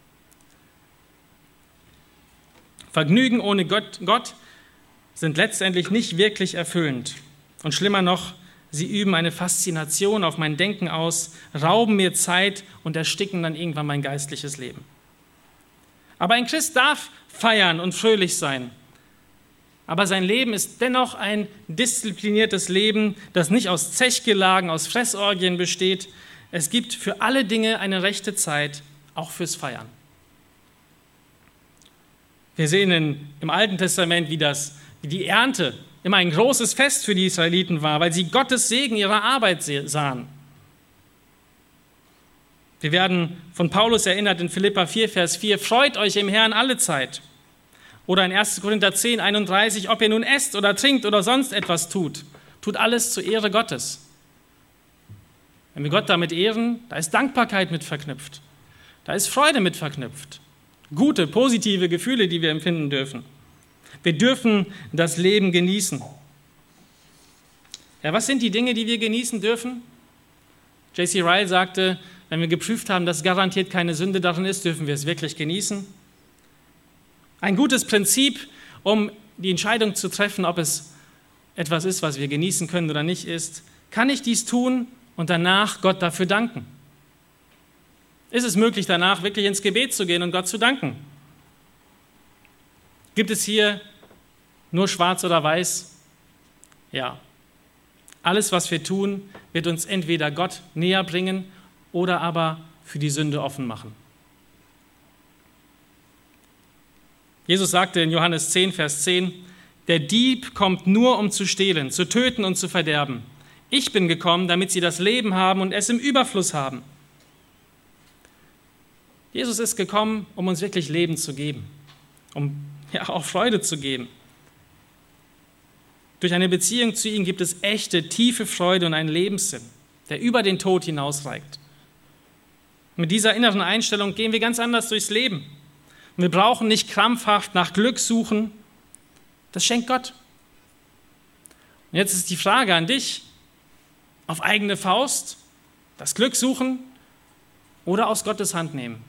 Vergnügen ohne Gott, Gott sind letztendlich nicht wirklich erfüllend. Und schlimmer noch, sie üben eine Faszination auf mein Denken aus, rauben mir Zeit und ersticken dann irgendwann mein geistliches Leben. Aber ein Christ darf feiern und fröhlich sein. Aber sein Leben ist dennoch ein diszipliniertes Leben, das nicht aus Zechgelagen, aus Fressorgien besteht. Es gibt für alle Dinge eine rechte Zeit, auch fürs Feiern. Wir sehen in, im Alten Testament, wie, das, wie die Ernte immer ein großes Fest für die Israeliten war, weil sie Gottes Segen ihrer Arbeit sahen. Wir werden von Paulus erinnert in Philipper vier, Vers vier, freut euch im Herrn alle Zeit. Oder in erster Korinther zehn, einunddreißig, ob ihr nun esst oder trinkt oder sonst etwas tut, tut alles zur Ehre Gottes. Wenn wir Gott damit ehren, da ist Dankbarkeit mit verknüpft. Da ist Freude mit verknüpft. Gute, positive Gefühle, die wir empfinden dürfen. Wir dürfen das Leben genießen. Ja, was sind die Dinge, die wir genießen dürfen? J C Ryle sagte, wenn wir geprüft haben, dass garantiert keine Sünde darin ist, dürfen wir es wirklich genießen. Ein gutes Prinzip, um die Entscheidung zu treffen, ob es etwas ist, was wir genießen können oder nicht, ist, kann ich dies tun und danach Gott dafür danken? Ist es möglich, danach wirklich ins Gebet zu gehen und Gott zu danken? Gibt es hier nur schwarz oder weiß? Ja. Alles, was wir tun, wird uns entweder Gott näher bringen oder aber für die Sünde offen machen. Jesus sagte in Johannes zehn, Vers zehn, der Dieb kommt nur, um zu stehlen, zu töten und zu verderben. Ich bin gekommen, damit sie das Leben haben und es im Überfluss haben. Jesus ist gekommen, um uns wirklich Leben zu geben, um ja auch Freude zu geben. Durch eine Beziehung zu ihm gibt es echte, tiefe Freude und einen Lebenssinn, der über den Tod hinausreicht. Mit dieser inneren Einstellung gehen wir ganz anders durchs Leben. Und wir brauchen nicht krampfhaft nach Glück suchen. Das schenkt Gott. Und jetzt ist die Frage an dich, auf eigene Faust das Glück suchen oder aus Gottes Hand nehmen?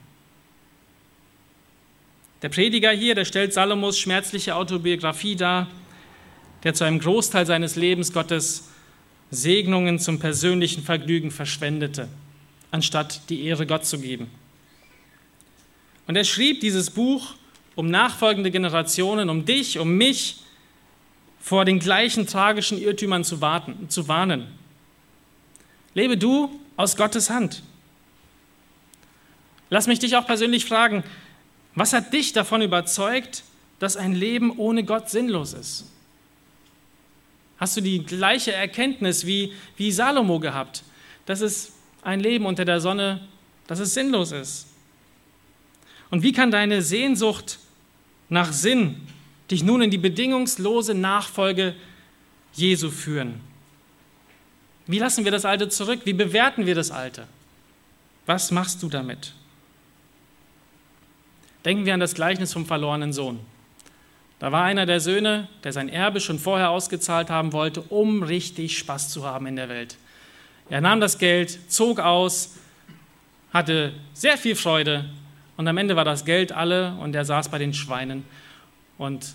Der Prediger hier, der stellt Salomos schmerzliche Autobiografie dar, der zu einem Großteil seines Lebens Gottes Segnungen zum persönlichen Vergnügen verschwendete, anstatt die Ehre Gott zu geben. Und er schrieb dieses Buch, um nachfolgende Generationen, um dich, um mich, vor den gleichen tragischen Irrtümern zu, warten, zu warnen. Lebe du aus Gottes Hand. Lass mich dich auch persönlich fragen, was hat dich davon überzeugt, dass ein Leben ohne Gott sinnlos ist? Hast du die gleiche Erkenntnis wie, wie Salomo gehabt, dass es ein Leben unter der Sonne, dass es sinnlos ist? Und wie kann deine Sehnsucht nach Sinn dich nun in die bedingungslose Nachfolge Jesu führen? Wie lassen wir das Alte zurück? Wie bewerten wir das Alte? Was machst du damit? Denken wir an das Gleichnis vom verlorenen Sohn. Da war einer der Söhne, der sein Erbe schon vorher ausgezahlt haben wollte, um richtig Spaß zu haben in der Welt. Er nahm das Geld, zog aus, hatte sehr viel Freude und am Ende war das Geld alle und er saß bei den Schweinen und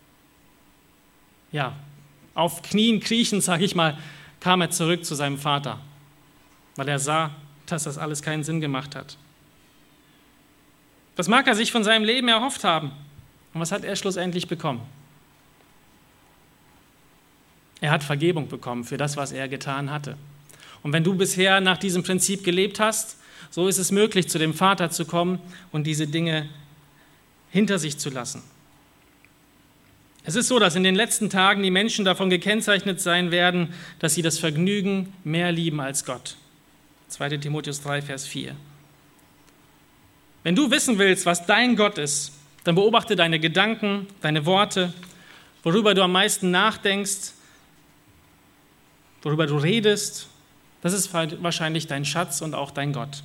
ja, auf Knien kriechend, sage ich mal, kam er zurück zu seinem Vater, weil er sah, dass das alles keinen Sinn gemacht hat. Was mag er sich von seinem Leben erhofft haben? Und was hat er schlussendlich bekommen? Er hat Vergebung bekommen für das, was er getan hatte. Und wenn du bisher nach diesem Prinzip gelebt hast, so ist es möglich, zu dem Vater zu kommen und diese Dinge hinter sich zu lassen. Es ist so, dass in den letzten Tagen die Menschen davon gekennzeichnet sein werden, dass sie das Vergnügen mehr lieben als Gott. zweiter Timotheus drei, Vers vier. Wenn du wissen willst, was dein Gott ist, dann beobachte deine Gedanken, deine Worte, worüber du am meisten nachdenkst, worüber du redest. Das ist wahrscheinlich dein Schatz und auch dein Gott.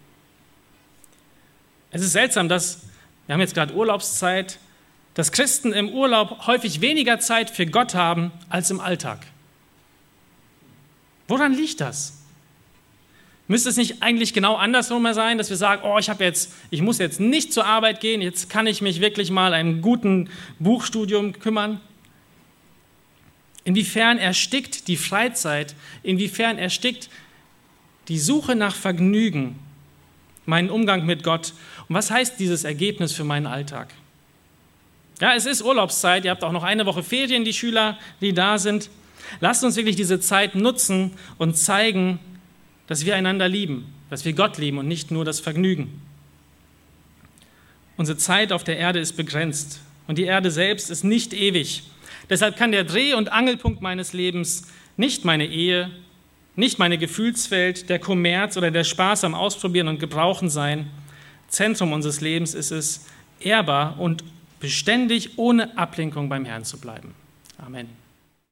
Es ist seltsam, dass, wir haben jetzt gerade Urlaubszeit, dass Christen im Urlaub häufig weniger Zeit für Gott haben als im Alltag. Woran liegt das? Müsste es nicht eigentlich genau andersrum sein, dass wir sagen, oh, ich habe jetzt, ich muss jetzt nicht zur Arbeit gehen, jetzt kann ich mich wirklich mal einem guten Buchstudium kümmern? Inwiefern erstickt die Freizeit, inwiefern erstickt die Suche nach Vergnügen meinen Umgang mit Gott? Und was heißt dieses Ergebnis für meinen Alltag? Ja, es ist Urlaubszeit, ihr habt auch noch eine Woche Ferien, die Schüler, die da sind. Lasst uns wirklich diese Zeit nutzen und zeigen, dass wir einander lieben, dass wir Gott lieben und nicht nur das Vergnügen. Unsere Zeit auf der Erde ist begrenzt. und die Erde selbst ist nicht ewig. Deshalb kann der Dreh- und Angelpunkt meines Lebens nicht meine Ehe, nicht meine Gefühlswelt, der Kommerz oder der Spaß am Ausprobieren und Gebrauchen sein. Zentrum unseres Lebens ist es, ehrbar und beständig ohne Ablenkung beim Herrn zu bleiben. Amen.